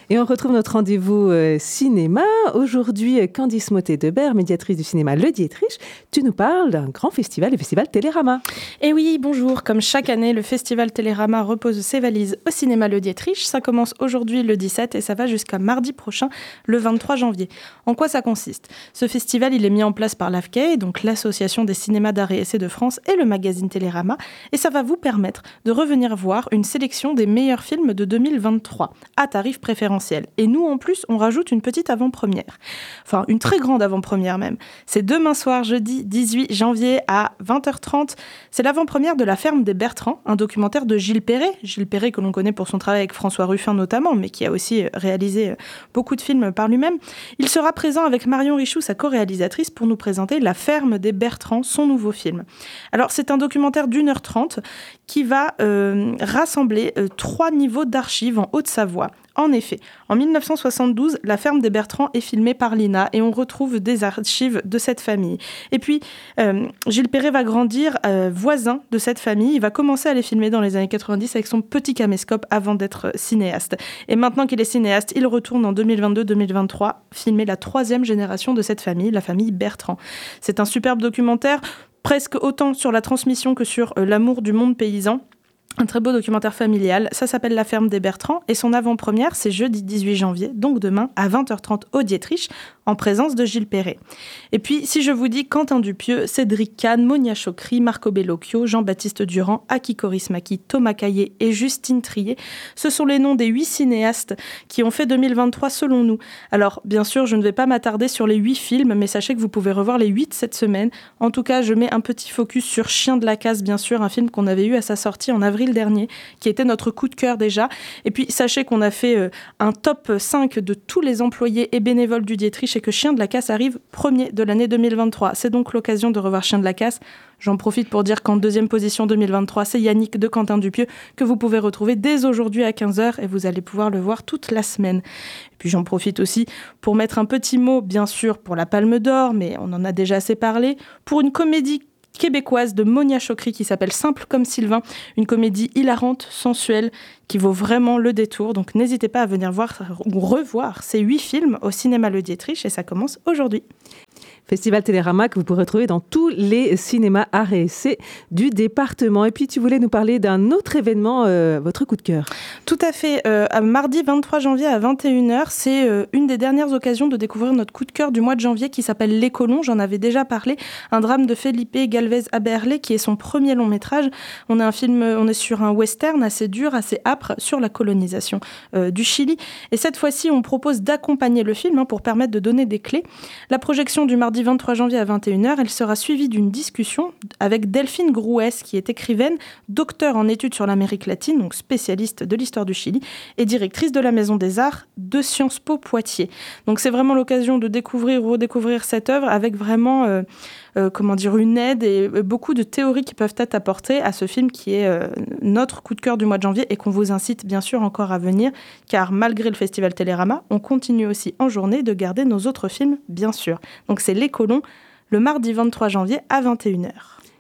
Et on retrouve notre rendez-vous cinéma. Aujourd'hui, Candice Mottet-Debert, médiatrice du cinéma Le Dietrich, tu nous parles d'un grand festival, le festival Télérama. Et oui, bonjour. Comme chaque année, le festival Télérama repose ses valises au cinéma Le Dietrich. Ça commence aujourd'hui le 17 et ça va jusqu'à mardi prochain, le 23 janvier. En quoi ça consiste ? Ce festival, il est mis en place par l'AFCAE, donc l'Association des cinémas d'art et essai de France, et le magazine Télérama. Et ça va vous permettre de revenir voir une sélection des meilleurs films de 2023 à tarif préférentiel. Et nous, en plus, on rajoute une petite avant-première. Enfin, une très grande avant-première même. C'est demain soir, jeudi 18 janvier à 20h30. C'est l'avant-première de La Ferme des Bertrands, un documentaire de Gilles Perret. Gilles Perret que l'on connaît pour son travail avec François Ruffin notamment, mais qui a aussi réalisé beaucoup de films par lui-même. Il sera présent avec Marion Richoux, sa co-réalisatrice, pour nous présenter La Ferme des Bertrands, son nouveau film. Alors, c'est un documentaire d'1h30 qui va rassembler 3 niveaux d'archives en Haute-Savoie. En effet, en 1972, La Ferme des Bertrands est filmée par l'INA et on retrouve des archives de cette famille. Et puis, Gilles Perret va grandir voisin de cette famille. Il va commencer à les filmer dans les années 90 avec son petit caméscope avant d'être cinéaste. Et maintenant qu'il est cinéaste, il retourne en 2022-2023 filmer la 3e génération de cette famille, la famille Bertrand. C'est un superbe documentaire, presque autant sur la transmission que sur l'amour du monde paysan. Un très beau documentaire familial, ça s'appelle La Ferme des Bertrands et son avant-première, c'est jeudi 18 janvier, donc demain à 20h30 au Dietrich, en présence de Gilles Perret. Et puis, si je vous dis Quentin Dupieux, Cédric Kahn, Monia Chokri, Marco Bellocchio, Jean-Baptiste Durand, Aki Kaurismäki, Thomas Caillé et Justine Trier, ce sont les noms des 8 cinéastes qui ont fait 2023 selon nous. Alors, bien sûr, je ne vais pas m'attarder sur les 8 films, mais sachez que vous pouvez revoir les 8 cette semaine. En tout cas, je mets un petit focus sur Chien de la Casse, bien sûr, un film qu'on avait eu à sa sortie en avril dernier, qui était notre coup de cœur déjà. Et puis, sachez qu'on a fait un top 5 de tous les employés et bénévoles du Dietrich et que Chien de la Casse arrive premier de l'année 2023. C'est donc l'occasion de revoir Chien de la Casse. J'en profite pour dire qu'en 2e position 2023, c'est Yannick de Quentin Dupieux que vous pouvez retrouver dès aujourd'hui à 15h et vous allez pouvoir le voir toute la semaine. Et puis j'en profite aussi pour mettre un petit mot, bien sûr, pour la Palme d'Or, mais on en a déjà assez parlé, pour une comédie québécoise de Monia Chokri qui s'appelle Simple comme Sylvain, une comédie hilarante, sensuelle, qui vaut vraiment le détour. Donc n'hésitez pas à venir voir ou revoir ces 8 films au cinéma Le Dietrich et ça commence aujourd'hui. Festival Télérama que vous pourrez retrouver dans tous les cinémas arts et essais du département. Et puis tu voulais nous parler d'un autre événement, votre coup de cœur. Tout à fait. Mardi 23 janvier à 21h, c'est une des dernières occasions de découvrir notre coup de cœur du mois de janvier qui s'appelle Les Colons. J'en avais déjà parlé. Un drame de Felipe Galvez Aberle qui est son premier long métrage. On est sur un western assez dur, assez âpre sur la colonisation du Chili. Et cette fois-ci, on propose d'accompagner le film pour permettre de donner des clés. La projection du mardi 23 janvier à 21h, elle sera suivie d'une discussion avec Delphine Grouès, qui est écrivaine, docteure en études sur l'Amérique latine, donc spécialiste de l'histoire du Chili, et directrice de la Maison des Arts de Sciences Po Poitiers. Donc c'est vraiment l'occasion de découvrir ou redécouvrir cette œuvre avec vraiment une aide et beaucoup de théories qui peuvent être apportées à ce film qui est notre coup de cœur du mois de janvier et qu'on vous incite bien sûr encore à venir, car malgré le festival Télérama, on continue aussi en journée de garder nos autres films, bien sûr. Donc c'est Les Colons, le mardi 23 janvier à 21h.